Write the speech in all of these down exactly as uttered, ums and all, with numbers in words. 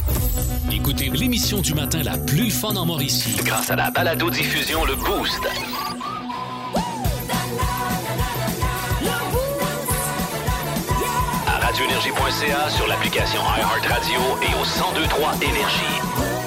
Écoutez l'émission du matin la plus fun en Mauricie grâce à la balado-diffusion Le Boost. À radio énergie point c a, sur l'application iHeartRadio et au cent deux trois Énergie.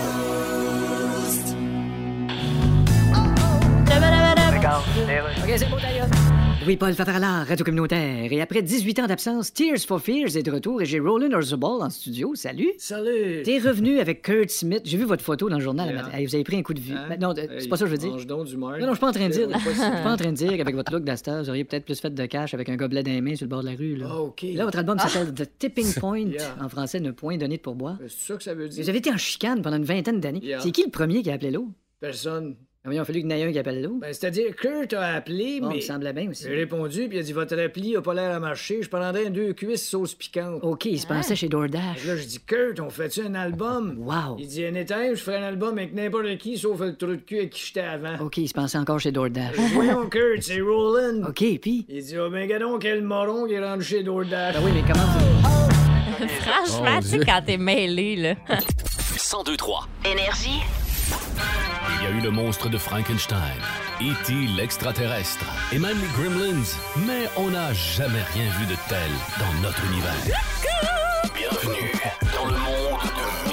OK, c'est bon, d'ailleurs. Louis-Paul Favaralard, Radio Communautaire. Et après dix-huit ans d'absence, Tears for Fears est de retour et j'ai Roland Orzabal en studio. Salut. Salut. T'es revenu avec Kurt Smith. J'ai vu votre photo dans le journal. Yeah. Le matin. Hey, vous avez pris un coup de vue. Hein? Non, c'est hey, pas ça que je veux dire. Mange donc du Non, non, je suis pas en train de dire. Je pas suis pas en train de dire qu'avec votre look d'Astor, vous auriez peut-être plus fait de cash avec un gobelet dans les mains sur le bord de la rue. Là, Ah, OK. là votre album s'appelle The Tipping Point. Yeah. En français, ne point donné de pourboire. C'est ça que ça veut dire? Vous avez été en chicane pendant une vingtaine d'années. Yeah. C'est qui le premier qui a appelé l'eau? Personne. Ah, il a fallu qu'il y en ait un qui appelle l'eau. Ben, c'est-à-dire, Kurt a appelé, Bon, mais... il me semblait bien aussi. J'ai répondu, puis il a dit, votre appli a pas l'air à marcher, je prendrais deux cuisses sauce piquante. OK, il se pensait chez DoorDash. Là, je dis, Kurt, on fait-tu un album? Wow. Il dit, anytime, je ferai un album avec n'importe qui, sauf le trou de cul avec qui j'étais avant. OK, il se pensait encore chez DoorDash. Je dis, voyons, Kurt, c'est Roland. OK, puis... Il dit, oh, ben, gadon, quel moron qui est rendu chez DoorDash. Ben oui, mais comment ça... Franchement, tu sais, quand t'es mêlé, là. cent deux trois Énergie. Il y a eu le monstre de Frankenstein, E T l'extraterrestre et même les Gremlins, mais on n'a jamais rien vu de tel dans notre univers. Bienvenue dans le monde de Mi.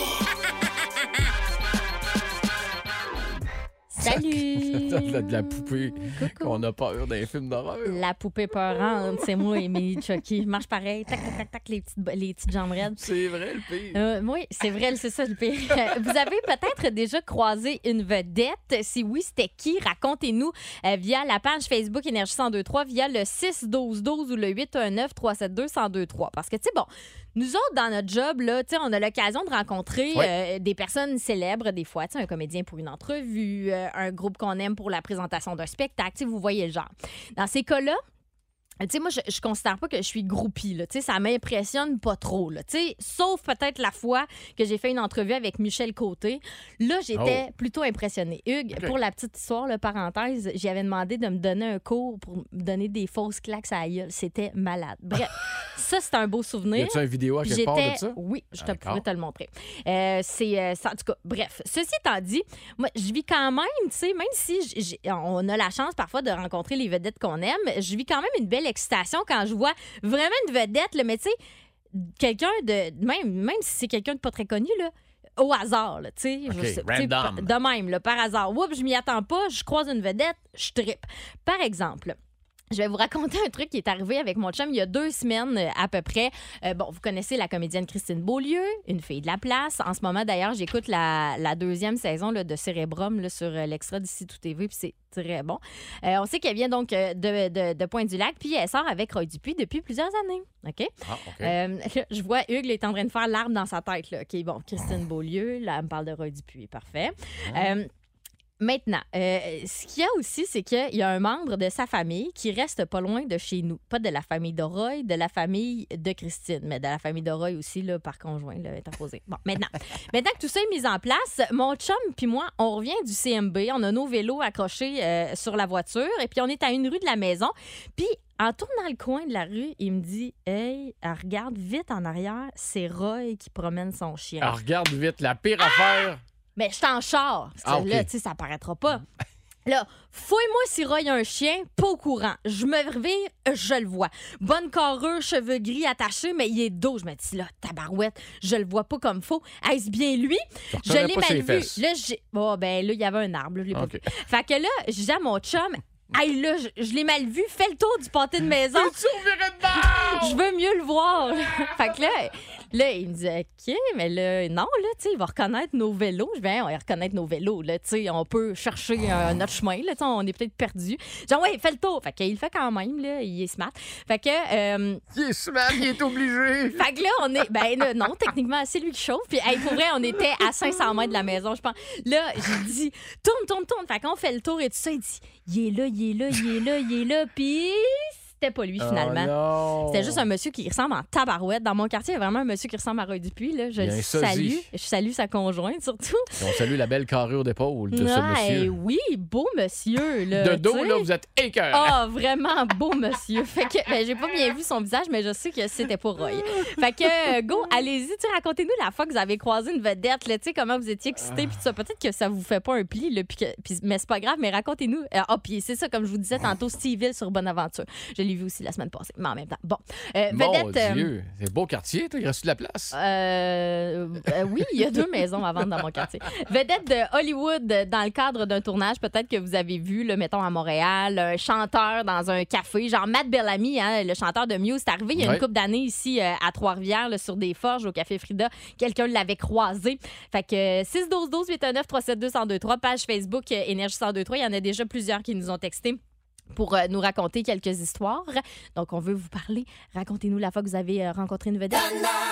Salut! de, la, de la poupée qu'on a peur dans les films d'horreur. La poupée peurante, c'est moi, Emily Chucky. Marche pareil, tac, tac, tac, tac, les petites, les petites jambes raides. C'est vrai, le pire. Euh, oui, c'est vrai, c'est ça le pire. Vous avez peut-être déjà croisé une vedette. Si oui, c'était qui? Racontez-nous euh, via la page Facebook Énergie cent deux trois, via le six un deux un deux ou le huit un neuf trois sept deux un zéro deux trois. Parce que, tu sais, bon, nous autres, dans notre job, là, on a l'occasion de rencontrer ouais. euh, des personnes célèbres, des fois, un comédien pour une entrevue, euh, un groupe qu'on aime pour la présentation d'un spectacle. Vous voyez le genre. Dans ces cas-là, tu sais, moi, je, je considère pas que je suis groupie, là. Tu sais, ça m'impressionne pas trop, là. Tu sais, sauf peut-être la fois que j'ai fait une entrevue avec Michel Côté. Là, j'étais oh. plutôt impressionnée. Hugues, okay. Pour la petite histoire, là, parenthèse, j'y avais demandé de me donner un cours pour me donner des fausses claques à la gueule. C'était malade. Bref, ça, c'est un beau souvenir. Y a-tu une vidéo à quelque part de ça? Oui, je te ah, pourrais te le montrer. Euh, c'est, euh, en tout cas, bref. Ceci étant dit, moi, je vis quand même, tu sais, même si j'ai, on a la chance parfois de rencontrer les vedettes qu'on aime, je vis quand même une belle excitation quand je vois vraiment une vedette, là, mais tu sais, quelqu'un de... Même, même si c'est quelqu'un de pas très connu, là, au hasard, tu sais. Okay, random. De même, là, par hasard. Oups, je m'y attends pas, je croise une vedette, je trippe. Par exemple... Je vais vous raconter un truc qui est arrivé avec mon chum il y a deux semaines euh, à peu près. Euh, bon, vous connaissez la comédienne Christine Beaulieu, une fille de la place. En ce moment, d'ailleurs, j'écoute la, la deuxième saison là, de Cérébrum là, sur euh, l'extra d'ici tout T V, puis c'est très bon. Euh, on sait qu'elle vient donc euh, de, de, de Pointe-du-Lac, puis elle sort avec Roy Dupuis depuis plusieurs années. OK? Ah, OK. Euh, là, je vois Hugues là, est en train de faire l'arbre dans sa tête. Là. OK, bon, Christine Beaulieu, là, elle me parle de Roy Dupuis. Parfait. Ah. Euh, Maintenant, euh, ce qu'il y a aussi, c'est qu'il y a un membre de sa famille qui reste pas loin de chez nous. Pas de la famille de Roy, de la famille de Christine, mais de la famille de Roy aussi, là, par conjoint, là, interposé. Bon, maintenant, maintenant que tout ça est mis en place, mon chum puis moi, on revient du C M B. On a nos vélos accrochés euh, sur la voiture et puis on est à une rue de la maison. Puis, en tournant le coin de la rue, il me dit « Hey, regarde vite en arrière, c'est Roy qui promène son chien. » Alors, regarde vite, la pire ah! affaire... Mais je suis en char. Ah, okay. Là, tu sais, ça paraîtra pas. Là, fouille-moi si Roy a un chien, pas au courant. Je me revire, je le vois. Bonne carrure, cheveux gris attachés, mais il est dos. Je me dis, là, tabarouette, je le vois pas comme faux. Est-ce bien lui? Je l'ai mal vu. Fesses. Là, j'ai... Oh, ben là, il y avait un arbre. Là, je l'ai okay. pas vu. Fait que là, je dis à mon chum... Hey, là, je, je l'ai mal vu. Fais le tour du pâté de maison. Je veux mieux le voir. Fait que là, là, il me dit, OK, mais là, non, là, tu sais, il va reconnaître nos vélos. Je vais, on va reconnaître nos vélos, là, tu sais, on peut chercher euh, notre chemin, là, tu sais, on est peut-être perdu. Genre, ouais, fais le tour. Fait qu'il le fait quand même, là, il est smart. Fait que. Euh, il est smart, il est obligé. Fait que là, on est. Ben, là, non, techniquement, c'est lui qui chauffe. Puis, hey, pour vrai, on était à cinq cents mètres de la maison, je pense. Là, j'ai dit, tourne, tourne, tourne. Fait qu'on fait le tour et tout ça, il dit, il est là, il est là, il est là, il est là. Puis. c'était pas lui, finalement. Oh c'était juste un monsieur qui ressemble en tabarouette. Dans mon quartier, il y a vraiment un monsieur qui ressemble à Roy Dupuis. Là. Je le salue. Je salue sa conjointe, surtout. Et on salue la belle carrure d'épaule de ouais, ce monsieur. Oui, beau monsieur. Là, de dos, t'sais. Là, vous êtes écœurant. Ah, oh, vraiment beau monsieur. Fait que, ben, j'ai pas bien vu son visage, mais je sais que c'était pas Roy. Fait que, go, allez-y, racontez-nous la fois que vous avez croisé une vedette, là, comment vous étiez excité, puis ça. Peut-être que ça vous fait pas un pli, là, pis que, pis, mais c'est pas grave, mais racontez-nous. Ah, oh, puis c'est ça, comme je vous disais tantôt, Steve Hill sur Bonaventure. Je l'ai vu aussi la semaine passée, mais en même temps. Bon. Euh, Mon vedette, Dieu, euh, c'est beau quartier, il reste de la place? Euh, euh, oui, il y a deux maisons à vendre dans mon quartier. Vedette de Hollywood, dans le cadre d'un tournage, peut-être que vous avez vu, là, mettons, à Montréal, un chanteur dans un café, genre Matt Bellamy, hein, le chanteur de Muse, c'est arrivé il y a ouais. une couple d'années ici euh, à Trois-Rivières, là, sur des forges au Café Frida. Quelqu'un l'avait croisé. Fait que six un deux douze huit un neuf trois sept deux un deux trois, page Facebook euh, Énergie cent deux trois. Il y en a déjà plusieurs qui nous ont texté pour euh, nous raconter quelques histoires. Donc, on veut vous parler. Racontez-nous la fois que vous avez euh, rencontré une vedette.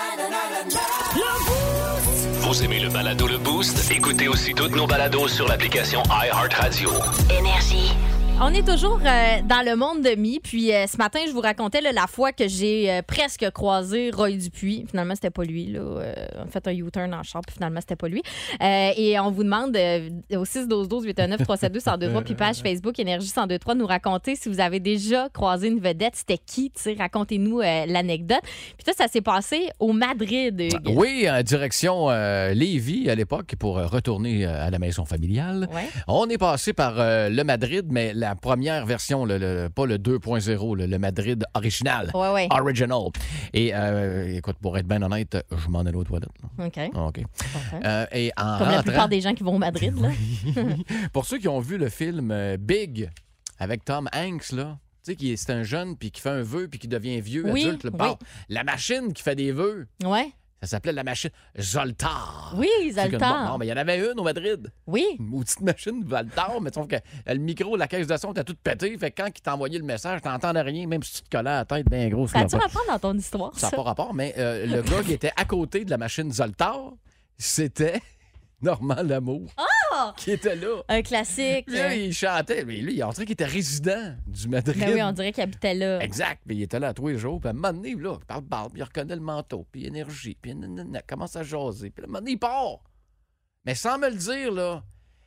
Vous aimez le balado Le Boost? Écoutez aussi toutes nos balados sur l'application iHeartRadio. Énergie. On est toujours euh, dans le monde de Mi. Puis euh, ce matin, je vous racontais là, la fois que j'ai euh, presque croisé Roy Dupuis. Finalement, c'était pas lui. Là. Euh, on a fait un U-turn en char, puis finalement, c'était pas lui. Euh, et on vous demande euh, au six un deux douze huit un neuf trois sept deux un deux trois, puis page Facebook Énergie cent deux trois, nous raconter si vous avez déjà croisé une vedette. C'était qui? T'sais, racontez-nous euh, l'anecdote. Puis ça, ça s'est passé au Madrid. Hugues. Oui, en direction euh, Lévis à l'époque pour euh, retourner euh, à la maison familiale. Ouais. On est passé par euh, le Madrid, mais la première version, le, le, pas le deux point zéro, le, le Madrid original. Ouais, ouais. Original. Et euh, écoute, pour être bien honnête, je m'en allais aux toilettes. Là. OK. OK. Euh, et en Comme rentrant... la plupart des gens qui vont au Madrid. Là. Oui, oui. Pour ceux qui ont vu le film euh, Big avec Tom Hanks, là, tu sais, qui c'est un jeune puis qui fait un vœu puis qui devient vieux, oui, adulte. Là, oui. bon, la machine qui fait des vœux. Ouais. Ça s'appelait la machine Zoltar. Oui, Zoltar. Bon, mais il y en avait une au Madrid. Oui. Une petite machine Zoltar, mais sauf que le micro, la caisse de son était toute pétée. Fait que quand il t'envoyait le message, t'entendais rien, même si tu te collais à la tête bien grosse. Ça a-tu rapport dans ton histoire, ça? Ça n'a pas rapport, mais euh, le gars qui était à côté de la machine Zoltar, c'était Normand Lamour. Oh! Qui était là. Un classique. Puis là, il chantait. Mais lui, on dirait qu'il était résident du Madrid. Ben oui, on dirait qu'il habitait là. Exact. Puis il était là tous les jours. Puis à un moment donné, là, il parle, parle, puis il reconnaît le manteau, puis énergie, puis il commence à jaser. Puis à un moment donné, il part. Mais sans me le dire, là.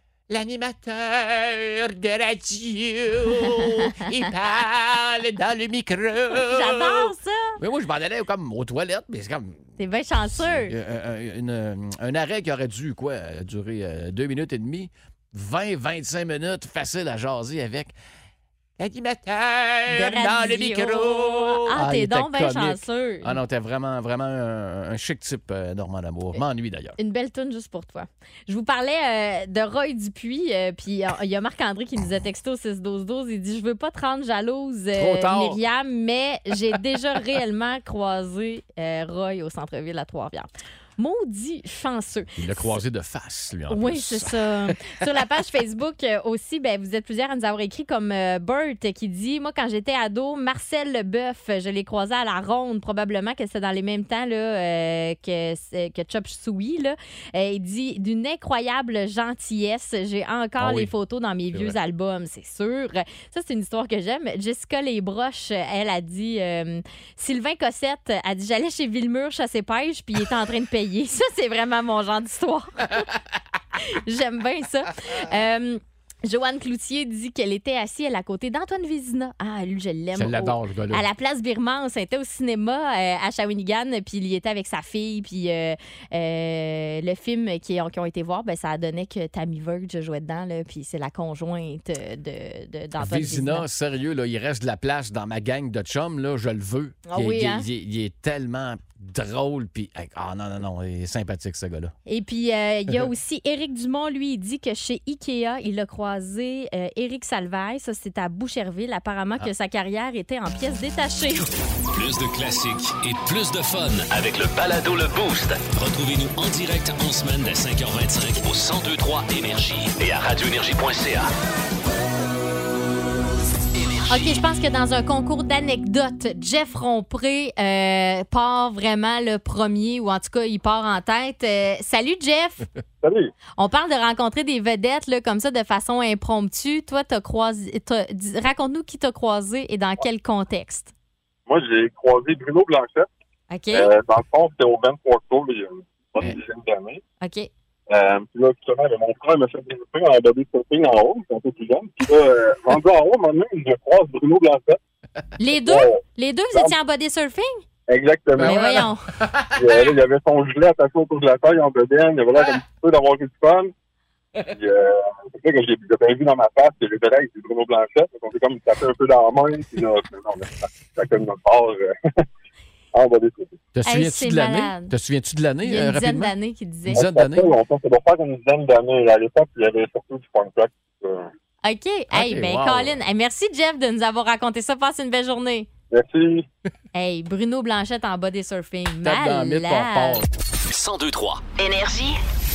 L'animateur de radio, il parle dans le micro. J'adore ça. Mais moi, je m'en allais comme aux toilettes, mais c'est comme... T'es bien chanceux. Un, un, un, un arrêt qui aurait dû, quoi, durer euh, deux minutes et demie, vingt à vingt-cinq minutes, facile à jaser avec... L'animateur dans le micro. Ah, t'es donc bien chanceux. Ah non, t'es vraiment, vraiment un, un chic type, euh, Normand Lamour. Je m'ennuie d'ailleurs. Une belle toune juste pour toi. Je vous parlais euh, de Roy Dupuis, euh, puis il euh, y a Marc-André qui nous a texté au six douze douze. Il dit « Je veux pas te rendre jalouse, euh, Myriam, mais j'ai déjà réellement croisé euh, Roy au centre-ville à Trois-Rivières. » Maudit chanceux. Il l'a croisé de face, lui, en oui, plus. Oui, c'est ça. Sur la page Facebook euh, aussi, ben, vous êtes plusieurs à nous avoir écrit comme euh, Bert qui dit « Moi, quand j'étais ado, Marcel Leboeuf, je l'ai croisé à la Ronde. Probablement que c'est dans les mêmes temps là, euh, que, que Chop Suey. Là. Euh, il dit « D'une incroyable gentillesse. J'ai encore ah oui. les photos dans mes c'est vieux vrai. albums, c'est sûr. » Ça, c'est une histoire que j'aime. Jessica Lesbroches, elle a dit euh, « Sylvain Cossette a dit « J'allais chez Villemur chasser pêche, puis il était en train de payer. » Ça, c'est vraiment mon genre d'histoire. J'aime bien ça. Euh, Joanne Cloutier dit qu'elle était assise à côté d'Antoine Vézina. Ah, lui, je l'aime. Je l'adore, le gars-là. À la place Birmance, elle était au cinéma euh, à Shawinigan, puis il y était avec sa fille, puis euh, euh, le film qu'ils ont, qui ont été voir, ben, ça a donné que Tammy Verge jouait dedans, là, puis c'est la conjointe de, de, d'Antoine Vézina. Vézina, sérieux, là, il reste de la place dans ma gang de chums, là, je le veux. Ah il, oui, il, hein? il, il, il est tellement drôle, puis ah non, non, non, il est sympathique, ce gars-là. Et puis, euh, il y a aussi Éric Dumont, lui, il dit que chez Ikea, il a croisé euh, Éric Salvaille, ça c'est à Boucherville, apparemment ah. que sa carrière était en pièces détachées. Plus de classiques et plus de fun avec le balado Le Boost. Retrouvez-nous en direct en semaine dès cinq heures vingt-cinq au cent deux point trois Énergie et à radio énergie point c a. Énergie. OK, je pense que dans un concours d'anecdotes, Jeff Rompré euh, part vraiment le premier, ou en tout cas, il part en tête. Euh, salut, Jeff! Salut! On parle de rencontrer des vedettes là, comme ça, de façon impromptue. Toi, t'as croisé... T'as, dis, raconte-nous qui t'a croisé et dans quel contexte. Moi, j'ai croisé Bruno Blanchette. OK. Euh, dans le fond, c'était au Ben Porto, il y a une bonne dizaine d'années. OK. Euh, puis là, justement, mon frère m'a fait développer en body surfing en haut, c'est un peu plus jeune. Puis là, euh, rendu en haut, maintenant, je croise Bruno Blanchette. Les deux? Euh, Les deux, vous étiez en body surfing? Exactement. Mais voyons. Puis, euh, là, il y avait son gilet attaché autour de la taille en bedaine. Il avait l'air comme un petit peu d'avoir eu du fun. Puis, euh, c'est ça que j'ai bien vu dans ma face, que j'étais là avec Bruno Blanchette. On s'est comme tapé un peu dans la main. Puis là, non, mais ça a comme notre part. Euh, en body surfing. Te Hey, souviens-tu c'est de l'année? malade. Te souviens-tu de l'année, Il y a euh, une dizaine rapidement? d'années qu'il disait. Une dizaine Ça fait d'années? longtemps, ça doit faire une dizaine d'années. À l'époque, il y avait surtout du fun track. Euh, OK. Hey, OK, ben, wow. Colin, hey, merci, Jeff, de nous avoir raconté ça. Passe une belle journée. Merci. Hey, Bruno Blanchette en body surfing. Tape dans le mythe, on part. Malade. cent deux trois. Énergie.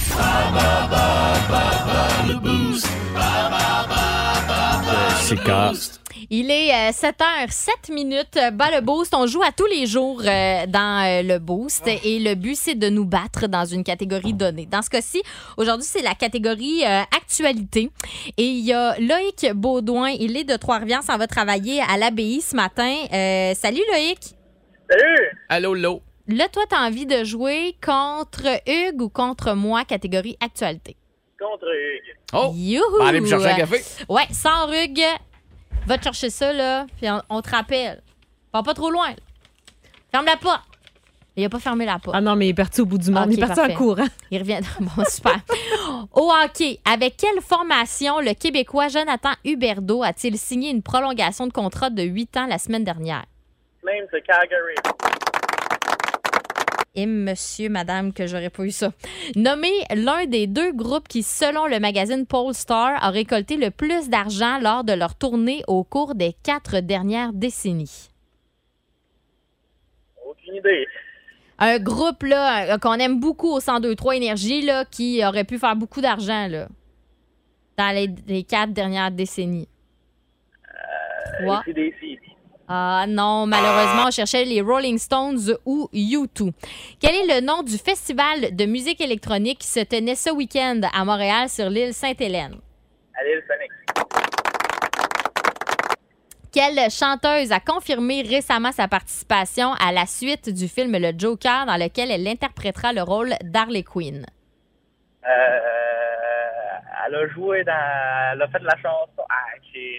C'est quand? Il est euh, sept heures sept minutes. Bas le Boost. On joue à tous les jours euh, dans euh, le Boost. Et le but, c'est de nous battre dans une catégorie donnée. Dans ce cas-ci, aujourd'hui, c'est la catégorie euh, actualité. Et il y a Loïc Baudouin. Il est de Trois-Rivières. S'en va travailler à l'Abbaye ce matin. Euh, salut, Loïc. Salut! Allô, Lo. Là, toi, t'as envie de jouer contre Hugues ou contre moi, catégorie actualité? Contre Hugues. Oh! Youhou! Va aller me chercher un café. Ouais, sans Hugues, va te chercher ça, là, puis on, on te rappelle. Va pas trop loin, là. Ferme la porte. Il a pas fermé la porte. Ah non, mais il est parti au bout du monde. Ok, il est parti parfait. en courant. Il revient. Bon, super. Au hockey, avec quelle formation le Québécois Jonathan Huberdeau a-t-il signé une prolongation de contrat de huit ans la semaine dernière? Même c'est Calgary. Et monsieur, madame, que j'aurais pas eu ça. Nommé l'un des deux groupes qui, selon le magazine Polestar, a récolté le plus d'argent lors de leur tournée au cours des quatre dernières décennies. Aucune idée. Un groupe là, qu'on aime beaucoup au cent deux trois Énergie là, qui aurait pu faire beaucoup d'argent là, dans les, les quatre dernières décennies. Trois. A C D C. Ah non, malheureusement, on cherchait les Rolling Stones ou U deux. Quel est le nom du festival de musique électronique qui se tenait ce week-end à Montréal sur l'île Sainte-Hélène? À l'île Phoenix. Quelle chanteuse a confirmé récemment sa participation à la suite du film Le Joker dans lequel elle interprétera le rôle d'Harley Quinn? Euh, elle a joué dans... Elle a fait de la chanson... Ah, chez...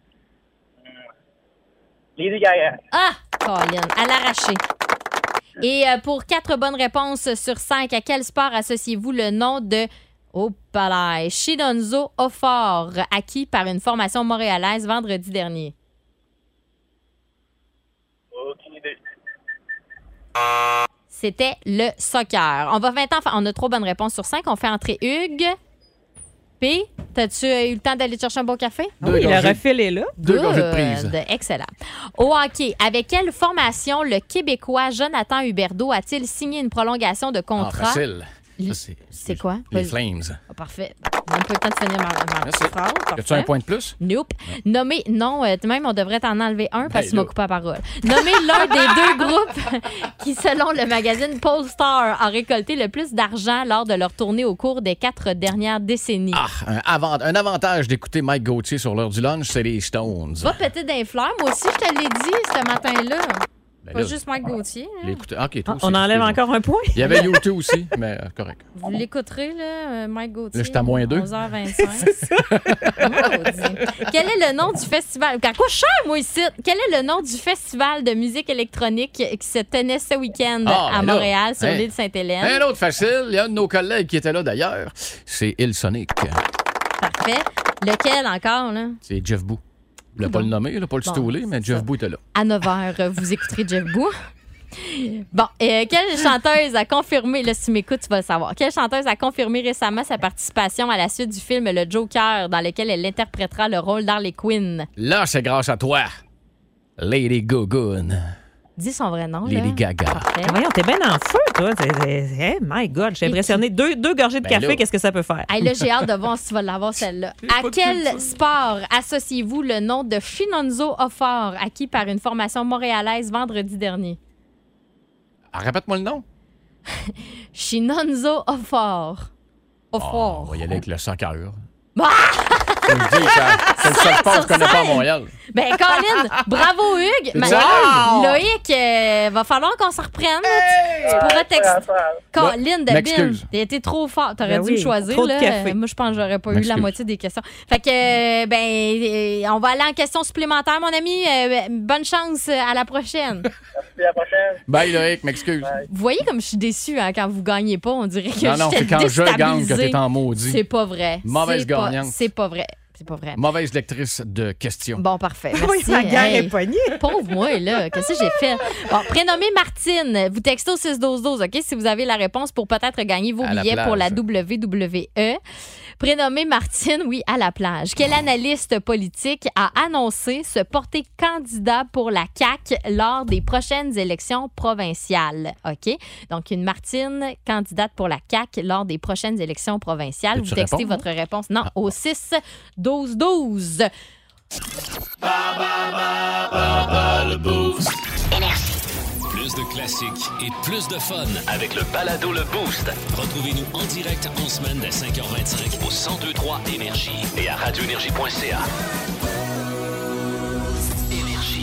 Lady Gaga. Ah, Colin, à l'arraché. Et euh, pour quatre bonnes réponses sur cinq, à quel sport associez-vous le nom de Opalai Chidonzo Ofor, acquis par une formation montréalaise vendredi dernier? Aucune idée. C'était le soccer. On va vingt ans, on a trois bonnes réponses sur cinq. On fait entrer Hugues. P, t'as-tu eu le temps d'aller chercher un bon café? Deux Oui, le gorgées- refil est là. Deux gorgées de prise. Good. Excellent. Au hockey, avec quelle formation le Québécois Jonathan Huberdeau a-t-il signé une prolongation de Ah, contrat? facile. Li- Ça, C'est quoi? Les Vas-y. Flames. Ah, parfait. Même pas le temps de finir ma, ma Merci. petite phrase. Y a-tu Parfait. un point de plus? Nope. Nommé, non, euh, même on devrait t'en enlever un parce que Ben tu m'as là. coupé la parole. Nommé l'un des deux groupes qui, selon le magazine Polestar, a récolté le plus d'argent lors de leur tournée au cours des quatre dernières décennies. Ah, un, avant- un avantage d'écouter Mike Gauthier sur l'heure du lunch, c'est les Stones. Va péter d'un fleur. Moi aussi, je te l'ai dit ce matin-là. Ben Pas là, juste Mike Gauthier. je là. l'ai écouté. OK, toi Ah, aussi, on enlève excuse-moi. encore un point. Il y avait U deux aussi, mais euh, correct. Vous l'écouterez, là, euh, Mike Gauthier. Là, j'étais à moins deux. onze heures vingt-cinq. Maudit. Quel est le nom du festival? À quoi je cher, moi, ici? Quel est le nom du festival de musique électronique qui se tenait ce week-end Ah, à ben là, Montréal, sur hein. l'île Sainte-Hélène? Un autre facile, il y a un de nos collègues qui était là d'ailleurs. C'est Hillsonic. Parfait. Lequel encore, là? C'est Jeff Boo. Je ne Coudonc. pas le nommer, là, pas le Bon, stouler, mais c'est Jeff ça. Boo était là. À neuf heures, vous écouterez Jeff Boo. Bon, euh, quelle chanteuse a confirmé, là, si tu m'écoutes, tu vas le savoir. Quelle chanteuse a confirmé récemment sa participation à la suite du film Le Joker, dans lequel elle interprétera le rôle d'Harley Quinn? Là, c'est grâce à toi, Lady Gaga. Dis son vrai nom. Lady là. Gaga. Parfait. Ah, voyons, t'es bien en feu, toi. C'est, c'est, hey, my God, je suis impressionnée. Deux, deux gorgées de Ben café, là. qu'est-ce que ça peut faire? Hey, là, j'ai hâte de voir si tu vas l'avoir, celle-là. À quel sport associez-vous le nom de Chinonso Offort, acquis par une formation montréalaise vendredi dernier? Ah, répète-moi le nom. Chinonso Offort. Oh, Offort. on va y aller avec le soccer. Bah! Je te le dis, ça- c'est le seul sport que je connais pas à Montréal. Ben, Colin, bravo, Hugues. C'est Mais sérieux? Loïc, euh, va falloir qu'on s'en reprenne. là. Tu pourras texter. Colin de m'excuse. Bill, t'as été trop fort. T'aurais Ben dû oui, me choisir. trop de là. café. Moi, je pense que j'aurais pas eu la M'excuse. moitié des questions. Fait que, euh, ben, euh, on va aller en question supplémentaire, mon ami. Euh, bonne chance à la prochaine. Puis à la prochaine. Bye, Loïc, m'excuse. Vous voyez comme je suis déçue hein, quand vous gagnez pas. On dirait que Non, non, j'étais c'est quand je gagne que déstabilisée. t'es en maudit. C'est pas vrai. Mauvaise C'est pas- gagnante. C'est pas vrai. C'est pas vrai. Mauvaise lectrice de questions. Bon, parfait. Oui, Merci. ma guerre Hey. est poignée. Pauvre moi, là. Qu'est-ce que j'ai fait? Bon, prénommez Martine. Vous textez au six douze douze, OK? Si vous avez la réponse pour peut-être gagner vos À la billets plage. pour la W W E. Prénommez Martine, oui, à la plage. Quel analyste politique a annoncé se porter candidat pour la C A Q lors des prochaines élections provinciales? OK? Donc, une Martine candidate pour la C A Q lors des prochaines élections provinciales. Peux-tu Vous textez répondre? votre réponse. Non, au six douze douze. Plus de classiques et plus de fun avec le balado Le Boost. Retrouvez-nous en direct en semaine dès cinq heures vingt-cinq au cent deux trois Énergie et à radio énergie point c a. Énergie.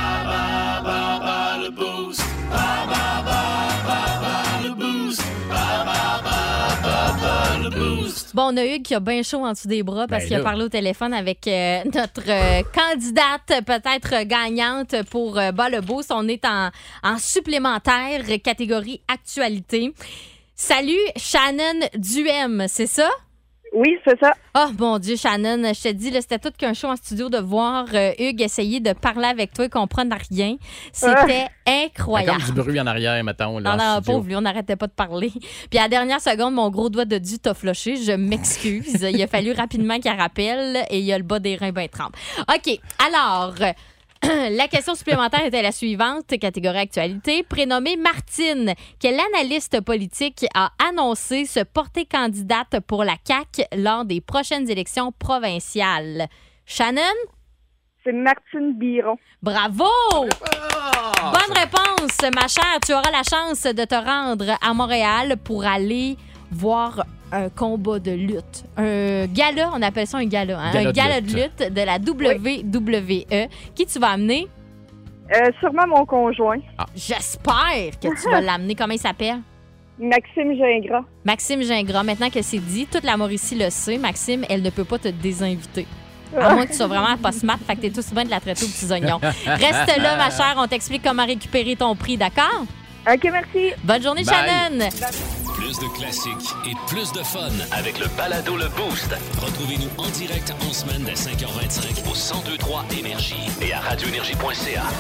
Bon, on a Hugues qui a bien chaud en dessous des bras parce Ben qu'il a là. parlé au téléphone avec euh, notre euh, candidate, peut-être gagnante pour euh, Bas le Boost. On est en, en supplémentaire catégorie actualité. Salut, Shannon Duhem, c'est ça? Oui, c'est ça. Oh mon Dieu, Shannon, je te dis, là, c'était tout qu'un show en studio de voir euh, Hugues essayer de parler avec toi et comprendre rien. C'était Il y a incroyable. comme du bruit en arrière, mettons. Là, Non, en non, studio. pauvre, lui, on n'arrêtait pas de parler. Puis à la dernière seconde, mon gros doigt de Dieu t'a floché. Je m'excuse. Il a fallu rapidement qu'il rappelle et il a le bas des reins bien trempe. OK, alors... La question supplémentaire était la suivante, catégorie actualité. Prénommée Martine, quel analyste politique a annoncé se porter candidate pour la C A Q lors des prochaines élections provinciales? Shannon? C'est Martine Biron. Bravo! Bonne réponse, ma chère. Tu auras la chance de te rendre à Montréal pour aller voir un combat de lutte. Un gala, on appelle ça un gala. Hein? Gala un de gala lutte. de lutte de la W W E. Qui tu vas amener? Euh, sûrement mon conjoint, J'espère que tu vas l'amener. Comment il s'appelle? Maxime Gingras. Maxime Gingras. Maintenant que c'est dit, toute la Mauricie le sait. Maxime, elle ne peut pas te désinviter. À moins que tu sois vraiment pas smart, fait que t'es tout bien de la traiter aux petits oignons. Reste là, ma chère. On t'explique comment récupérer ton prix, d'accord? OK, merci. Bonne journée, Bye. Shannon! Plus de classiques et plus de fun avec le balado Le Boost. Retrouvez-nous en direct en semaine dès cinq heures vingt-cinq au cent deux trois Énergie et à radio énergie point c a.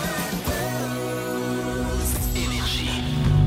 Énergie.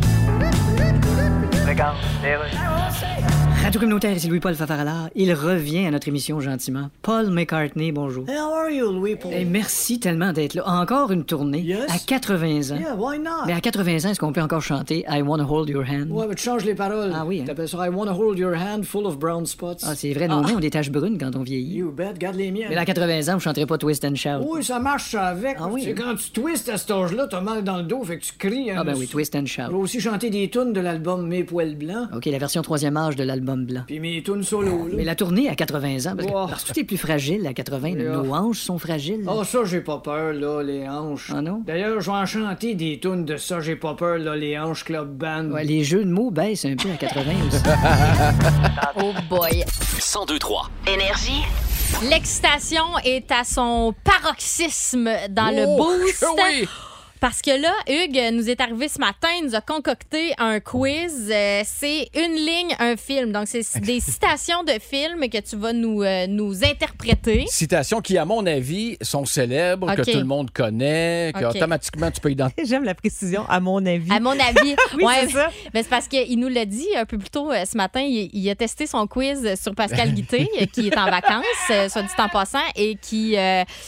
Radio communautaire, ici Louis-Paul Fafarala. Il revient à notre émission gentiment. Paul McCartney, bonjour. Hey, how are you, Louis? Paul? Et merci tellement d'être là. Encore une tournée. Yes. À quatre-vingts ans. Yeah, why not? Mais à quatre-vingts ans, est-ce qu'on peut encore chanter I Wanna Hold Your Hand? Ouais, mais tu changes les paroles. Ah oui, hein? T'appelles ça I wanna hold your hand full of brown spots. Ah, c'est vrai, nos mains ont des taches brunes quand on vieillit. You bet, garde les miennes. Mais à quatre-vingts ans, vous chanterez pas Twist and Shout. Oui, ça marche ça avec. Ah oui, C'est hein? quand tu twistes à cet âge-là, t'as mal dans le dos, fait que tu cries. hein, Ah ben oui, dessus. Twist and Je Shout. vais aussi chanter des tunes de l'album Mes poils blancs. OK, la version troisième âge de l'album blanc. Puis mes tunes solo, là. Mais la tournée à quatre-vingts ans, parce que, Oh. parce que tout est plus fragile à quatre-vingts. Yeah. Nos hanches sont fragiles. Ah, ça, j'ai pas peur, là, les hanches. Ah non? D'ailleurs, je vais en chanter des tunes de ça, j'ai pas peur, là, les hanches Club Band. Ouais, les jeux de mots baissent un peu à quatre-vingts aussi. Oh boy! cent deux trois. Énergie. L'excitation est à son paroxysme dans le Oh, boost. oui! Parce que là, Hugues nous est arrivé ce matin, il nous a concocté un quiz. Euh, c'est une ligne, un film. Donc, c'est des citations de films que tu vas nous, euh, nous interpréter. Citations qui, à mon avis, sont célèbres, OK. que tout le monde connaît, OK. qu'automatiquement tu peux identifier. J'aime la précision, à mon avis. À mon avis. Oui, ouais, c'est ça. mais c'est parce qu'il nous l'a dit un peu plus tôt euh, ce matin. Il, il a testé son quiz sur Pascal Guité, euh, qui est en vacances, euh, soit dit en passant, et qui. euh,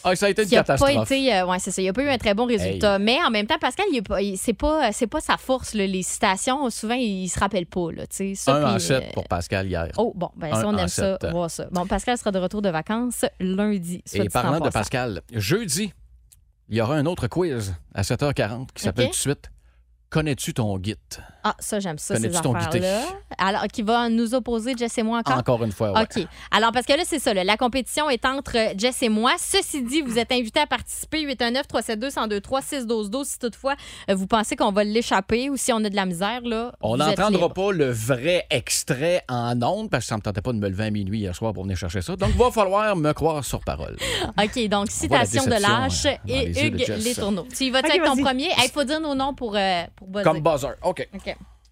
Ah, ça a été une qui a catastrophe. pas été, euh, ouais, c'est ça. Il n'a pas eu un très bon résultat. Hey. Mais en même temps, Pascal, il est pas, il, c'est pas, c'est pas sa force. Là, les citations, souvent, il, il se rappelle pas. Là, ça, un puis, en sept euh... pour Pascal hier. Oh, bon, ben un si on aime ça, sept. voir ça. Bon, Pascal sera de retour de vacances lundi. Et parlant de Pascal, jeudi, il y aura un autre quiz à sept heures quarante qui s'appelle okay. tout de suite Connais-tu ton Git? Ah, ça, j'aime ça, Connais-tu ces ton affaires-là. Alors, qui va nous opposer, Jess et moi, encore? Encore une fois, oui. OK. Alors, parce que là, c'est ça. Là, la compétition est entre Jess et moi. Ceci dit, vous êtes invités à participer. huit un neuf, trois sept deux, un zéro deux trois, six un deux si toutefois euh, vous pensez qu'on va l'échapper ou si on a de la misère, là. On n'entendra pas le vrai extrait en ondes parce que ça ne me tentait pas de me lever à minuit hier soir pour venir chercher ça. Donc, il va falloir me croire sur parole. OK. Donc, citation de Lâche et Hugues Létourneau. Tu y vas-tu okay, avec ton premier? Il faut dire nos noms pour, euh, pour buzzer. Comme buzzer. OK. OK.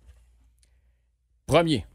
Premier.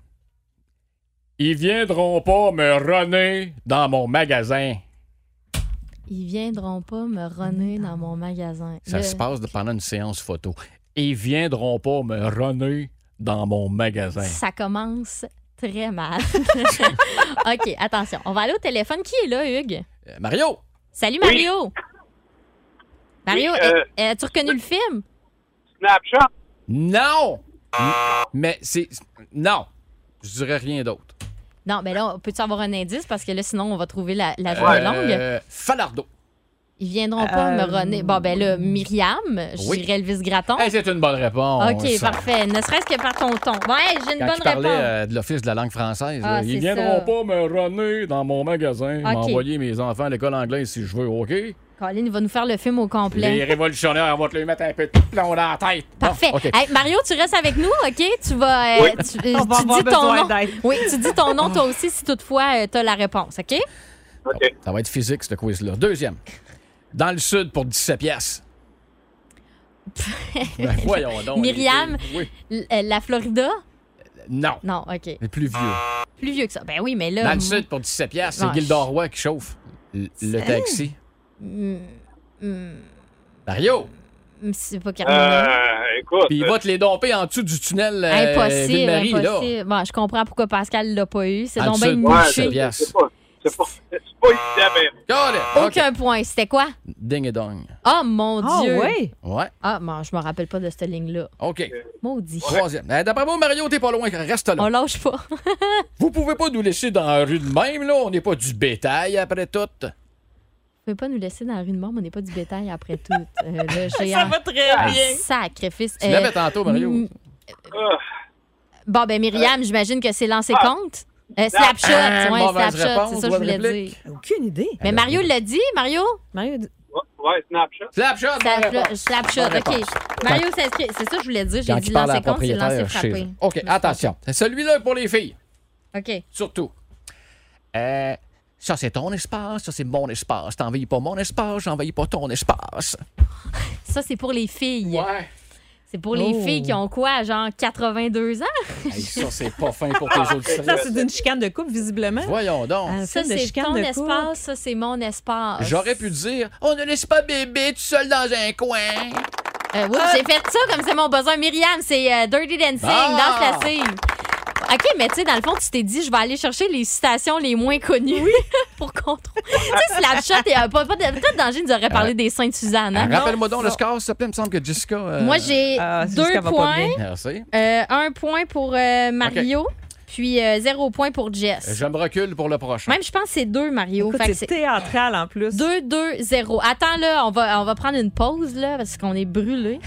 Ils viendront pas me runner dans mon magasin. Ils viendront pas me runner dans mon magasin. Ça Le... se passe pendant une séance photo. Ils viendront pas me runner dans mon magasin. Ça commence très mal. OK, attention. On va aller au téléphone. Qui est là, Hugues? Euh, Mario. Salut, Mario. Oui. Mario, oui, euh... as-tu reconnu le film? Snapchat. Non! Mais c'est... Non! Je dirais rien d'autre. Non, mais là, peux-tu avoir un indice? Parce que là, sinon, on va trouver la, la journée longue. Euh, Falardeau. Ils viendront pas euh... me runner. Bon, ben là, Myriam, je oui. dirais Elvis Gratton. Hey, c'est une bonne réponse. OK, ça. Parfait. Ne serait-ce que par ton ton. Ouais, j'ai une Quand bonne tu parlais, réponse. Euh, de l'Office de la langue française. Ah, Ils viendront ça. Pas me runner dans mon magasin, okay. M'envoyer mes enfants à l'école anglaise si je veux, OK? Colin va nous faire le film au complet. Les révolutionnaires, on va te les mettre un peu de plomb dans la tête. Parfait. Bon, okay. Hey, Mario, tu restes avec nous, OK? Tu vas... Euh, oui. Tu, euh, on va tu dis ton nom. D'aide. Oui, tu dis ton nom toi aussi si toutefois euh, tu as la réponse, OK? OK. Ça va être physique, ce quiz-là. Deuxième. Dans le sud pour dix-sept piastres. Ben, voyons donc. Myriam, oui. La Florida? Non. Non, OK. Mais plus vieux. Plus vieux que ça. Ben oui, mais là... Dans le sud pour dix-sept piastres, c'est Gilda Roy qui chauffe le, le taxi. Mm, mm, Mario! C'est pas Carmela. Euh, écoute... Puis il va te les domper en dessous du tunnel euh, impossible, Ville-Marie, impossible. là. Bon, je comprends pourquoi Pascal l'a pas eu. C'est dans donc bien niché. niché. Ouais, c'est pas... C'est pas, c'est pas évident, mais... Aucun okay. point. C'était quoi? Ding et dong. Oh, mon oh, Dieu. Ouais. Ouais. Ah, bon, je me rappelle pas de cette ligne-là. OK. Maudit. Troisième. D'après moi, Mario, t'es pas loin. Reste là. On lâche pas. Vous pouvez pas nous laisser dans la rue de même, là. On n'est pas du bétail après tout. Vous pouvez pas nous laisser dans la rue de mort, mais on n'est pas du bétail après tout. Euh, le géant... Ça va très bien. Sacrifice. Tu euh, l'avais tantôt, Mario. M- bon, ben, Myriam, j'imagine que c'est lancé compte. Euh, Slapshot, ah, ouais, Slapshot, c'est ça que je voulais dire. Aucune idée. Mais Mario l'a dit, Mario? Mario dit... Ouais, Snapshot. Slapshot, Slapshot, Slapshot, OK. Mario s'inscrit. C'est ça que je voulais dire. J'ai quand dit lancer compte, c'est lancer frappé. OK, attention. C'est celui-là pour les filles. OK. Surtout. Euh, ça, c'est ton espace. Ça, c'est mon espace. T'envahis pas mon espace, j'envahis pas ton espace. Ça, c'est pour les filles. Ouais. C'est pour les oh. filles qui ont quoi, genre quatre-vingt-deux ans? Hey, ça, c'est pas fin pour tes autres. Ça, c'est d'une chicane de couple, visiblement. Voyons donc. Un ça, c'est ton espace, ça, c'est mon espace. J'aurais pu dire, on ne laisse pas bébé tout seul dans un coin. Euh, oui, ah. J'ai fait ça comme c'est mon besoin. Myriam, c'est euh, Dirty Dancing, ah. Danse lascive. OK, mais tu sais, dans le fond, tu t'es dit, je vais aller chercher les citations les moins connues oui. pour contrôler. Tu sais, Slapshot, et, euh, pas, pas de, peut-être Danger nous aurait parlé euh, des Sainte-Suzanne. Hein? Euh, rappelle-moi donc le score, s'il te plaît. Il me semble que Jessica... Euh... Moi, j'ai ah, deux points. Merci. Euh, un point pour euh, Mario. Okay. Puis euh, zéro point pour Jess. Je me recule pour le prochain. Même, je pense que c'est deux, Mario. Écoute, c'est, c'est théâtral en plus. deux deux zéro. Attends, là, on va, on va prendre une pause, là, parce qu'on est brûlés.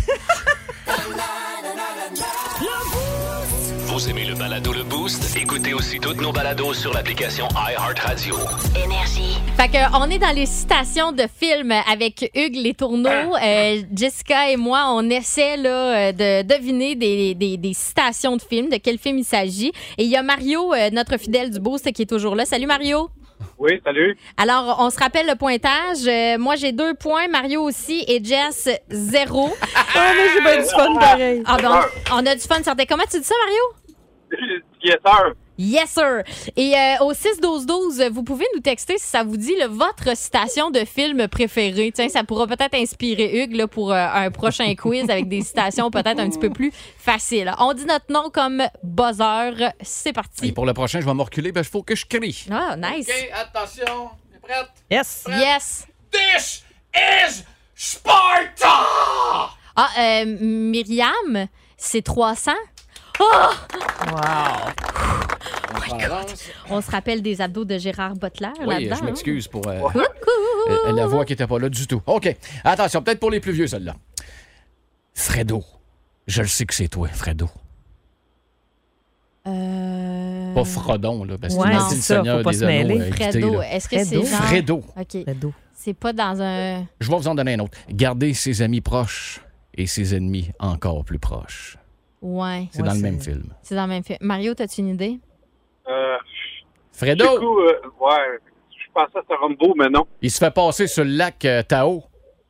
Vous aimez le balado Le Boost? Écoutez aussi toutes nos balados sur l'application iHeartRadio. Énergie. Fait que, on est dans les citations de films avec Hugues Létourneau. Euh, Jessica et moi, on essaie là, de deviner des, des, des citations de films, de quel film il s'agit. Et il y a Mario, euh, notre fidèle du Boost, qui est toujours là. Salut Mario! Oui, salut. Alors, on se rappelle le pointage. Euh, moi, j'ai deux points, Mario aussi, et Jess, zéro. Ah, mais j'ai bien du fun pareil. Ah, ben, on, on a du fun, certain. Comment tu dis ça, Mario? Yes, sir. Yes, sir. Et euh, au six douze douze, vous pouvez nous texter si ça vous dit là, votre citation de film préféré. Tiens, ça pourra peut-être inspirer Hugues là, pour euh, un prochain quiz avec des citations peut-être un petit peu plus faciles. On dit notre nom comme buzzer. C'est parti. Et pour le prochain, je vais me reculer parce qu'il faut que je crie. Ah, nice. OK, attention. T'es prête? Yes. Prête? Yes. This is Sparta! Ah, euh, Myriam, c'est trois cents. Oh! Wow! Oh my God. On se rappelle des abdos de Gérard Butler Oui, là-dedans. je m'excuse pour euh, Coucou! euh, la voix qui n'était pas là du tout. OK. Attention, peut-être pour les plus vieux, celle-là. Fredo. Je le sais que c'est toi, Fredo. Euh... Pas Frodon, là, parce que Ouais, tu m'as c'est dit le ça, Seigneur faut pas des se Anneaux. mêler. euh, invité, Fredo, là. est-ce que Fredo. c'est genre... Fredo. OK. Fredo. C'est pas dans un... Je vais vous en donner un autre. Gardez ses amis proches et ses ennemis encore plus proches. Ouais. C'est Ouais, dans le c'est- même film. C'est dans le même film. Mario, t'as-tu une idée? Euh, Fredo, du coup, euh, ouais, je pensais à ce Rambo, mais non. il se fait passer sur le lac euh, Tao.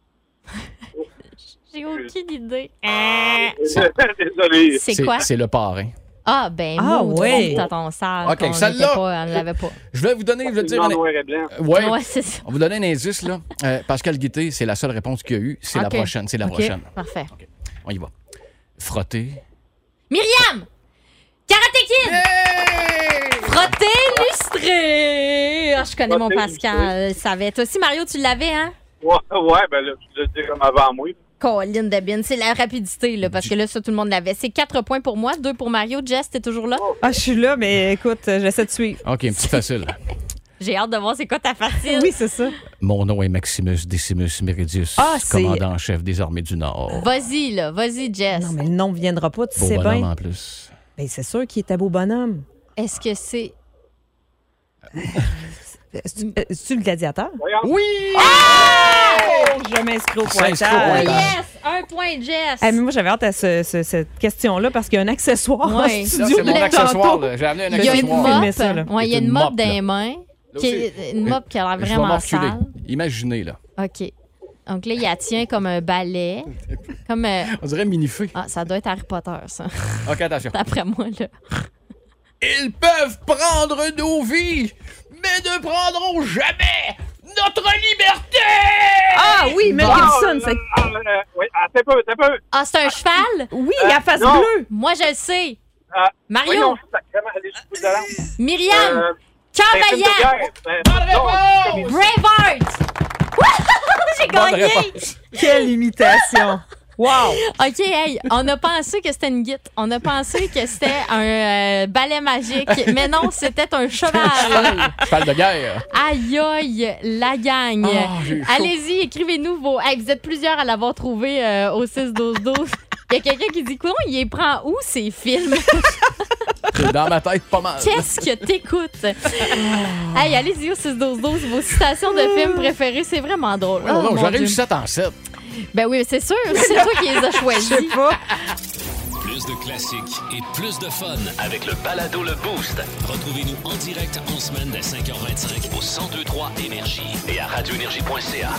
J'ai aucune idée. Désolé. C'est quoi? C'est le parrain. Ah, ben, Ah, moi, ouais. dans ton salle. OK, on celle-là. était pas, on l'avait pas. Je vais vous donner, je vais dire... En un- noir et blanc. Ouais, Ouais, c'est ça. on va vous donner un indice, là. Euh, Pascal Guité, c'est la seule réponse qu'il y a eu. C'est OK. la prochaine, c'est la OK. prochaine. Parfait. On y va. Frotter. Myriam! Karate Kid! Frotter, lustré! Ah, je connais mon Frotter, Pascal. Ça va. Toi aussi, Mario, tu l'avais, hein? Ouais, ouais, ben là, tu le dis comme avant moi. Colline de bin. C'est la rapidité, là, parce que là, ça, tout le monde l'avait. C'est quatre points pour moi, deux pour Mario. Jess, t'es toujours là? Ah, je suis là, mais écoute, j'essaie de suivre. OK, un petit facile. J'ai hâte de voir c'est quoi ta facile. Oui, c'est ça. Mon nom est Maximus Decimus Meridius, Ah, c'est- commandant en chef des armées du Nord. Vas-y, là. Vas-y, Jess. Non, mais le nom ne viendra pas, tu Beau sais bonhomme bien. en plus. Ben, c'est sûr qu'il était beau bonhomme. Est-ce que c'est... C'est-tu euh, c'est-tu le gladiateur? Voyons. Oui! Oh, je m'inscris au Ça inscrit au pointage. pointage. Yes! Un point, Jess. Ah, mais moi, j'avais hâte à ce- ce- cette question-là parce qu'il y a un accessoire Ouais. en Ça, studio. c'est mon depuis accessoire. tantôt. là. J'ai amené un Il y a une accessoire. filmer mop. ça, là. Ouais, il y a C'est une une mop mop, dans là. les mains. Là Qui aussi. est- une mop qui a l'air Je vais vraiment m'enculer. sale. Imaginez, là. OK. Donc là, il la tient comme un balai. Comme... euh, On dirait minifé. Ah, ça doit être Harry Potter, ça. OK, attention. D'après moi, là. Ils peuvent prendre nos vies, mais ne prendront jamais notre liberté! Ah oui, Mel Bon. Gibson. c'est- Ah, euh, oui, attends un peu, attends un peu. Ah, c'est un cheval? Oui, à face non. bleue. Moi, je le sais. Ah, Mario, voyons, sacrément, allez, je suis dedans. Myriam, Euh, Cœur c'est un film de vaillant, guerre. Ben, Bonne non, réponse! Braveheart. J'ai Bonne gagné. réponse. Quelle imitation. Wow. OK, hey, on a pensé que c'était une guite. On a pensé que c'était un euh, balai magique. Mais non, c'était un cheval. Cheval de guerre. Aïe, aïe, la gang. Ah, j'ai eu chaud. Allez-y, écrivez-nous vos... Hey, vous êtes plusieurs à l'avoir trouvé euh, au six douze douze. Il y a quelqu'un qui dit, quoi, il les prend où, ces films? C'est dans ma tête pas mal. Qu'est-ce que t'écoutes? Hey, allez-y au six douze douze. Vos citations de films préférés, c'est vraiment drôle. Non, Oh, non, mon j'aurais Dieu. eu sept en sept. Ben oui, c'est sûr. C'est toi qui les as Je choisis. sais pas. Plus de classiques et plus de fun avec le balado Le Boost. Retrouvez-nous en direct en semaine dès cinq heures vingt-cinq au cent deux trois Énergie et à radio énergie point c a.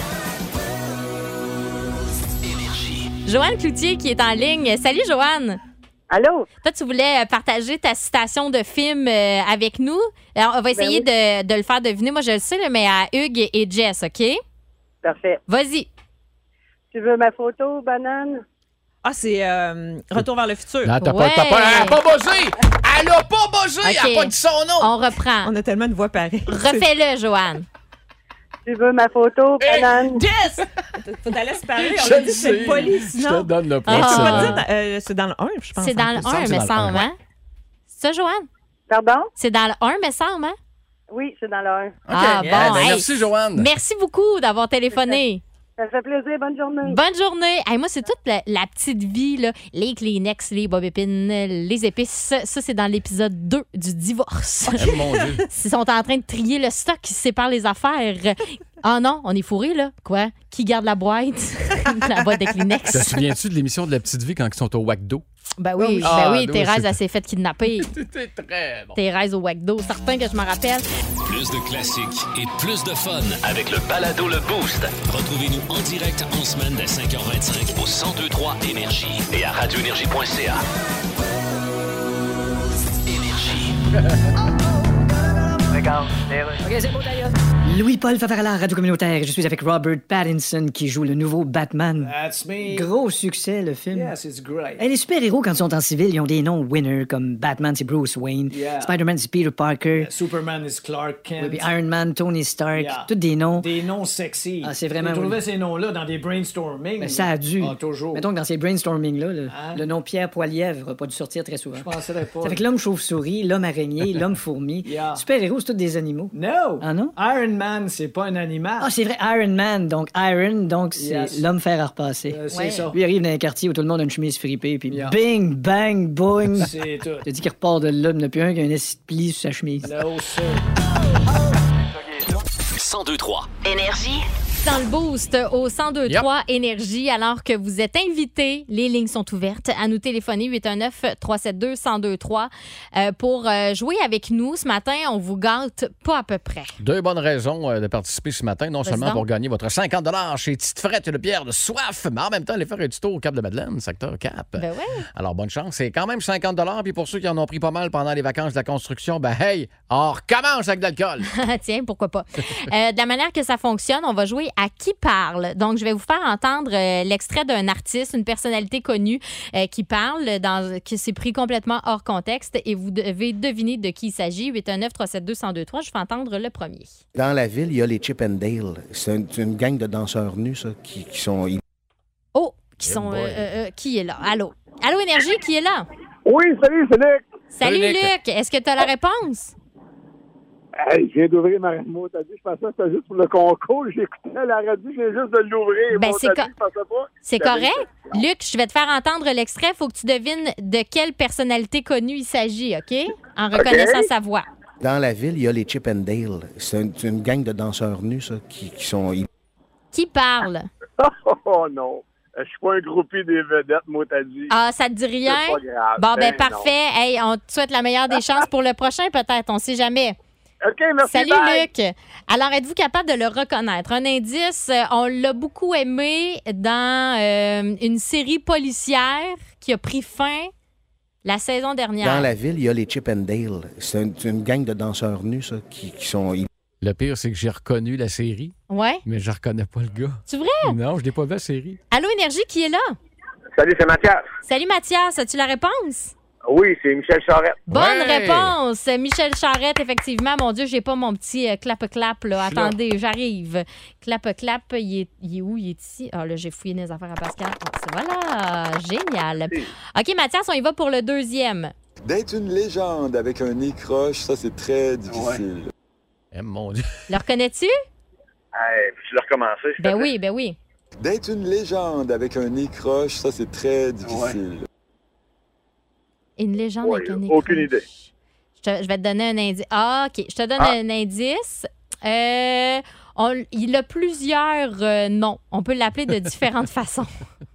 Énergie. Joanne Cloutier qui est en ligne. Salut, Joanne. Allô? Toi, tu voulais euh, partager ta citation de film euh, avec nous. Alors, on va essayer de, de le faire deviner. Moi, je le sais, là, mais à Hugues et Jess, OK? Parfait. Vas-y. Tu veux ma photo, banane? Ah, c'est euh, Retour vers le futur. Non, t'as Ouais. pas, t'as pas, elle a pas buzzé! Elle a pas buzzé! OK. Elle a pas dit son nom! On reprend. On a tellement de voix pareilles. Refais-le, Joanne. Tu veux ma photo, banane? Yes! Faut te laisser parler. On Je a le dit sais. c'est poli, Je te sinon. donne le Mais point. tu peux Ah. pas dire, dans- euh, c'est dans le un, je pense. C'est dans en le plus. semble un, que c'est me dans le semble, un. hein? C'est ça, Joanne? Pardon? C'est dans le un, me semble, hein? Oui, c'est dans le un. OK. Ah, Eh bon, ben, hey. Merci, Joanne. Merci beaucoup d'avoir téléphoné. Ça fait plaisir. Bonne journée. Bonne journée. Hey, moi, c'est toute la, la petite vie, là. Les Kleenex, les bobépines, les épices. Ça, ça, c'est dans l'épisode deux du divorce. Eh, mon Dieu. Ils sont en train de trier le stock, ils se séparent les affaires. Ah non, on est fourrés, là. Quoi? Qui garde la boîte? La boîte de Te Kleenex. souviens-tu de l'émission de La Petite Vie quand ils sont au WACDO? Ben oui, ben Ah, oui, oui, Thérèse, c'est- elle s'est faite kidnapper. C'était très bon. Thérèse au WACDO, certain que je m'en rappelle. Plus de classiques et plus de fun avec le balado Le Boost. Retrouvez-nous en direct en semaine dès cinq heures vingt-cinq au cent deux trois Énergie et à radio énergie point c a. Énergie. OK, c'est bon, d'ailleurs. Louis-Paul Favarala, Radio Communautaire. Je suis avec Robert Pattinson qui joue le nouveau Batman. That's me. Gros succès, le film. Yes, it's great. Hey, les super-héros, quand ils sont en civil, ils ont des noms winner, comme Batman, c'est Bruce Wayne. Yeah. Spider-Man, c'est Peter Parker. Yeah, Superman is Clark Kent. Oui, puis Iron Man, Tony Stark. Yeah. Tous des noms. Des noms sexy. Ah, c'est vraiment... Tu trouvais ces noms-là dans des brainstorming? Ben, ça a dû. Ah, toujours. Mettons que dans ces brainstorming-là, le, Hein? le nom Pierre Poilièvre n'a pas dû sortir très souvent. Je penserais pas. Ça fait que l'homme chauve-souris, l'homme araignée, l'homme fourmi. Yeah. Super-héros, c'est tous des animaux. No! Ah non? Iron Man, c'est pas un animal. Ah, c'est vrai, Iron Man. Donc, Iron, donc c'est Yes. l'homme fer à repasser. Euh, c'est Ouais. ça. Lui il arrive dans un quartier où tout le monde a une chemise fripée, puis Yeah. bing, bang, boing. C'est tout. T'as dit qu'il repart de là, il n'y en a plus un qui a un esti de pli sur sa chemise. No, sir. cent deux trois. Énergie. Dans le boost au cent deux trois Énergie, alors que vous êtes invités, les lignes sont ouvertes à nous téléphoner huit un neuf, trois sept deux, un zéro deux trois euh, pour euh, jouer avec nous. Ce matin, on vous gâte pas à peu près. Deux bonnes raisons euh, de participer ce matin, non Vas-y seulement donc. pour gagner votre cinquante dollars chez Tite Frette et le Pierre de Soif, mais en même temps aller faire un tuto au Cap de Madeleine, secteur Cap. Ben ouais. Alors, bonne chance. C'est quand même cinquante dollars, puis pour ceux qui en ont pris pas mal pendant les vacances de la construction, ben hey, on recommence avec de l'alcool. Tiens, pourquoi pas. Euh, de la manière que ça fonctionne, on va jouer à qui parle. Donc, je vais vous faire entendre euh, l'extrait d'un artiste, une personnalité connue euh, qui parle, dans, qui s'est pris complètement hors contexte, et vous devez deviner de qui il s'agit. huit un neuf, trois sept deux, un zéro deux trois. Je vais entendre le premier. Dans la ville, il y a les Chip and Dale. C'est une, une gang de danseurs nus, ça, qui, qui sont... Oh, qui Eh sont. boy. euh, euh, qui est là? Allô? Allô, Énergie, qui est là? Oui, salut, c'est Nick. Salut, Salut, Nick. Luc. Est-ce que tu as la réponse? Hey, je viens d'ouvrir ma radio. T'as dit, je pensais que c'était juste pour le concours. J'écoutais la radio, je viens juste de l'ouvrir. Ben, Mon c'est t'as co- dit, je pensais pas. C'est T'avais- correct. Luc, je vais te faire entendre l'extrait. Il faut que tu devines de quelle personnalité connue il s'agit, OK? En reconnaissant sa voix. Dans la ville, il y a les Chip and Dale. C'est une, une gang de danseurs nus, ça, qui, qui sont... Qui parle? Oh non. Je suis pas un groupie des vedettes, moi, t'as dit. Ah, ça te dit rien? C'est pas grave. Bon, ben, Ben, parfait. Hey, on te souhaite la meilleure des chances pour le prochain, peut-être. On sait jamais. OK, merci. Salut, bye. Luc. Alors, êtes-vous capable de le reconnaître? Un indice, euh, on l'a beaucoup aimé dans euh, une série policière qui a pris fin la saison dernière. Dans la ville, il y a les Chip and Dale. C'est une, une gang de danseurs nus, ça, qui, qui sont... Le pire, c'est que j'ai reconnu la série, Ouais. mais je reconnais pas le gars. C'est vrai? Non, je n'ai pas vu la série. Allô, Énergie, qui est là? Salut, c'est Mathias. Salut, Mathias. As-tu la réponse? Oui, c'est Michel Charette. Bonne Ouais. réponse. Michel Charette, effectivement. Mon Dieu, j'ai pas mon petit euh, clap-clap, là. Je suis là. Attendez, j'arrive. Clap-clap, il est, il est où? Il est ici. Ah, là, j'ai fouillé les affaires à Pascal. Ah, c'est- voilà, génial. OK, Mathias, on y va pour le deuxième. D'être une légende avec un nez croche, ça, c'est très difficile. Eh, mon Dieu. Le reconnais-tu? Hey, tu l'as recommencé? s'il te Ben plaît? oui, ben oui. D'être une légende avec un nez croche, ça, c'est très difficile. Une légende Ouais, avec un nez aucune croche. idée. Je, te- je vais te donner un indice. Ah, OK. Je te donne Ah. un indice. Euh, on- il a plusieurs euh, noms. On peut l'appeler de différentes façons.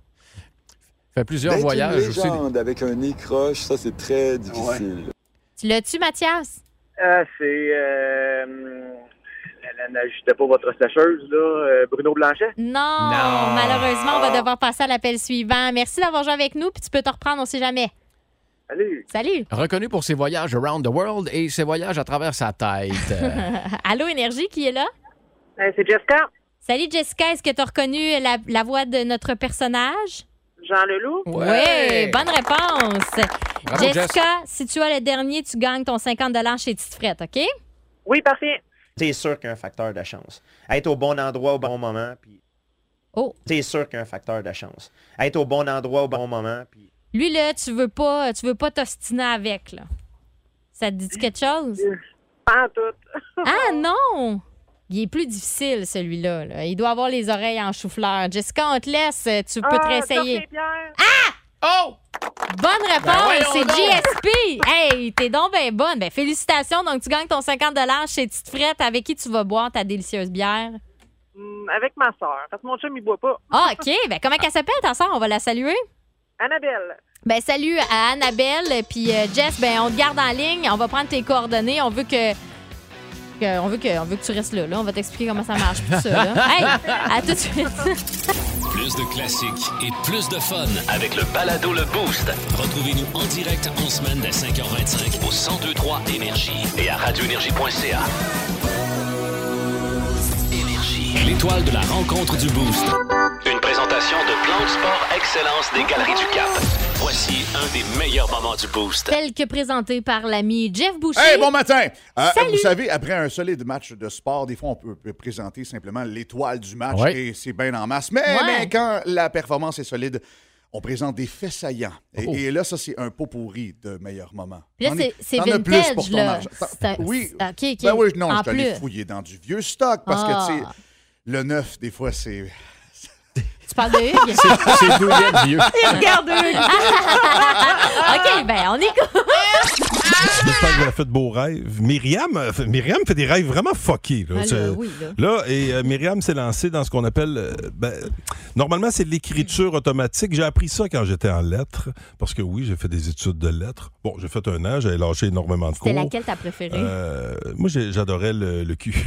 Fait plusieurs D'être voyages une aussi. légende avec un nez croche, ça, c'est très difficile. Tu l'as-tu, Mathias? Euh, c'est... Euh, elle n'ajoutait pas votre sécheuse, là, euh, Bruno Blanchet? Non, Non. malheureusement, on va devoir passer à l'appel suivant. Merci d'avoir joué avec nous, puis tu peux te reprendre, on sait jamais. Salut. Salut. Reconnu pour ses voyages around the world et ses voyages à travers sa tête. Euh, Allô, Énergie, qui est là? Euh, c'est Jessica. Salut, Jessica. Est-ce que tu as reconnu la, la voix de notre personnage? Jean Leloup. Oui, bonne réponse. Bravo, Jessica, si tu as le dernier, tu gagnes ton cinquante dollars chez Tite Frette, OK? Oui, parfait. C'est sûr qu'il y a un facteur de chance. Être au bon endroit au bon moment, puis... Oh. C'est sûr qu'il y a un facteur de chance. Être au bon endroit au bon moment, puis... Lui, là, tu veux pas, tu veux pas t'ostiner avec, là. Ça te dit quelque chose? Pas en tout. Ah non! Il est plus difficile, celui-là. Là. Il doit avoir les oreilles en chou-fleur. Jessica, on te laisse. Tu peux te réessayer. Ah! Oh! Bonne Ben réponse! voyons c'est donc! G S P! Hey, t'es donc bien bonne. Ben, félicitations. Donc, tu gagnes ton cinquante dollars chez Tite Frette. Avec qui tu vas boire ta délicieuse bière? Hum, avec ma soeur. Parce que mon chum, il boit pas. Ah, OK. Ben, comment qu'elle s'appelle, ta soeur? On va la saluer. Annabelle. Ben, salut à Annabelle. Puis, euh, Jess, ben, on te garde en ligne. On va prendre tes coordonnées. On veut que... que- on, veut que on veut que tu restes là. là. On va t'expliquer comment ça marche. Tout ça, là. Hey, à tout de suite. Plus de classiques et plus de fun avec le balado Le Boost. Retrouvez-nous en direct en semaine dès cinq heures vingt-cinq au cent deux trois Énergie et à radio énergie point c a. Énergie. L'étoile de la rencontre du Boost. Une présentation de Plan de Sport Excellence des Galeries du Cap. Voici un des meilleurs moments du Boost. Tel que présenté par l'ami Jeff Boucher. Hey, bon matin! Euh, Salut! Vous savez, après un solide match de sport, des fois, on peut, peut présenter simplement l'étoile du match Ouais. et c'est bien en masse. Mais, Ouais. mais quand la performance est solide, on présente des faits saillants. Et, Oh. et là, ça, c'est un pot pourri de meilleurs moments. Puis là, T'en c'est, es- c'est t'en as vintage, plus pour ton là. argent. C'est un- Oui. c'est- OK, OK. Ben oui, non, En je suis allé plus. fouiller dans du vieux stock parce Ah. que, tu sais, le neuf, des fois, c'est... Tu parles de Hugues? C'est deux lettres vieux. Il regarde Hugues. OK, ben, on écoute. J'espère que vous avez fait de beaux rêves. Myriam, euh, fait- Myriam fait des rêves vraiment fuckés. Là, Ah, là, C'est- oui, là. Là, et euh, Myriam s'est lancée dans ce qu'on appelle... euh, ben, normalement, c'est de l'écriture automatique. J'ai appris ça quand j'étais en lettres, parce que oui, j'ai fait des études de lettres. Bon, j'ai fait un an, j'avais lâché énormément de cours. C'était laquelle t'as préférée? Euh, moi, j'ai- j'adorais le, le cul.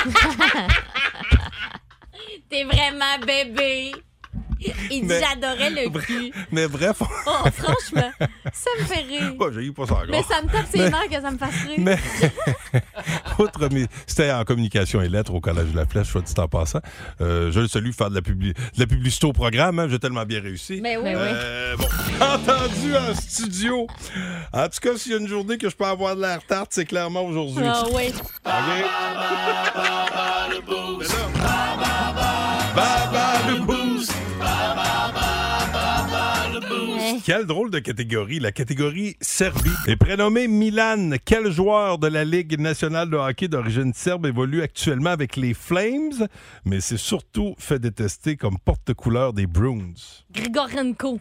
T'es vraiment bébé. Il dit Mais- j'adorais le cul. Mais bref, Oh, franchement, ça me fait rire. oh, j'ai eu pas ça encore. Mais ça me tape ses Mais- nerfs que ça me fasse rire. Mais, outre mes- c'était en communication et lettres au Collège de la Flèche, soit dit en passant. Euh, je le salue faire de la, publi- de la publicité au programme. Hein, j'ai tellement bien réussi. Mais oui, Euh, bon, entendu en studio. En tout cas, s'il y a une journée que je peux avoir de l'air tarte, c'est clairement aujourd'hui. Ah oui. OK? Baba le boost. Quelle drôle de catégorie, la catégorie Serbie. Et prénommé Milan, quel joueur de la Ligue nationale de hockey d'origine serbe évolue actuellement avec les Flames, mais c'est surtout fait détester comme porte-couleur des Bruins? Grigorenko.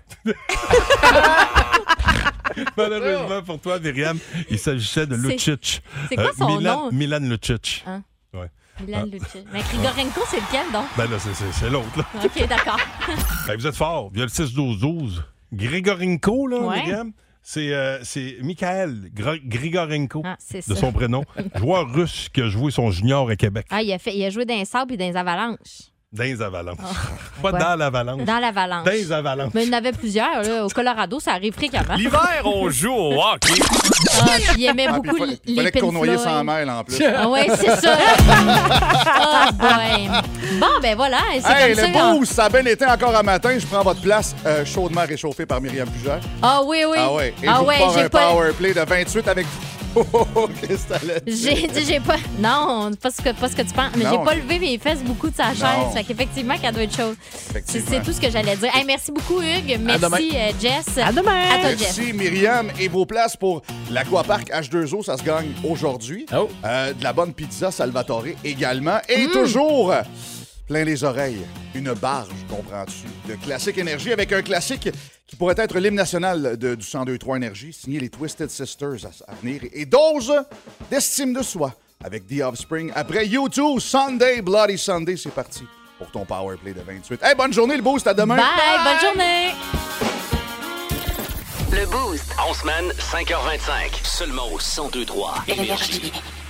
Malheureusement pour toi, Myriam, il s'agissait de C'est- Lucic. c'est quoi son Milan, nom? Milan Lucic. Hein? Ouais. Milan Ah. Lucic. Mais Grigorenko, c'est lequel, donc? Ben là, c'est, c'est, c'est l'autre. Là. OK, d'accord. Ben, vous êtes fort. Il y a le six douze douze. Grigorenko, là, Ouais. Myriam, c'est, euh, c'est Mikhail Gr- Grigorenko, Ah, c'est de ça. son prénom. Joueur russe qui a joué son junior à Québec. Ah, il a, fait, il a joué dans les sables et dans les avalanches. Dans les avalanches. Oh. Pas Ouais. dans l'avalanche. Dans l'avalanche. Dans les avalanches. Mais il y en avait plusieurs, là. Au Colorado, ça arrive fréquemment. L'hiver, on joue au hockey. Ah, puis il aimait Ah, beaucoup puis il fa- les il fallait que Pink Cournoyer Floyd. s'en mêle en plus. Ah ouais, c'est ça. Oh boy. Bon, ben voilà, c'est Hey, comme le ça. boost, ça a bien été encore un matin. Je prends votre place euh, chaudement réchauffée par Myriam Fugère. Ah oui, oui. Ah ouais. Et Ah je vous ouais, repars j'ai un pas... power play de vingt-huit avec... Oh, qu'est-ce que t'allais dire? J'ai dit, j'ai pas. Non, pas ce que, pas ce que tu penses. Mais Non, j'ai pas ok. levé mes fesses beaucoup de sa chaise. Non. Fait qu'effectivement, qu'elle doit être chaude. C'est, Effectivement. c'est tout ce que j'allais dire. Hey, merci beaucoup, Hugues. À demain. Merci, euh, Jess. À demain. À toi, Jess. Merci Myriam et vos places pour l'Aquapark H deux O, ça se gagne aujourd'hui. Oh. Euh, de la bonne pizza Salvatore également. Et Mm. toujours euh, plein les oreilles, une barge, comprends-tu, de Classique Énergie avec un classique qui pourrait être l'hymne national de- du cent deux trois Énergie, signé les Twisted Sisters à, à venir. Et dose d'estime de soi avec The Offspring. Après U deux, Sunday, Bloody Sunday, c'est parti pour ton power play de vingt-huit. Hey, bonne journée, le boost, à demain. Bye, bonne journée. Le Boost. En semaine, cinq heures vingt-cinq. Seulement au cent deux trois Énergie.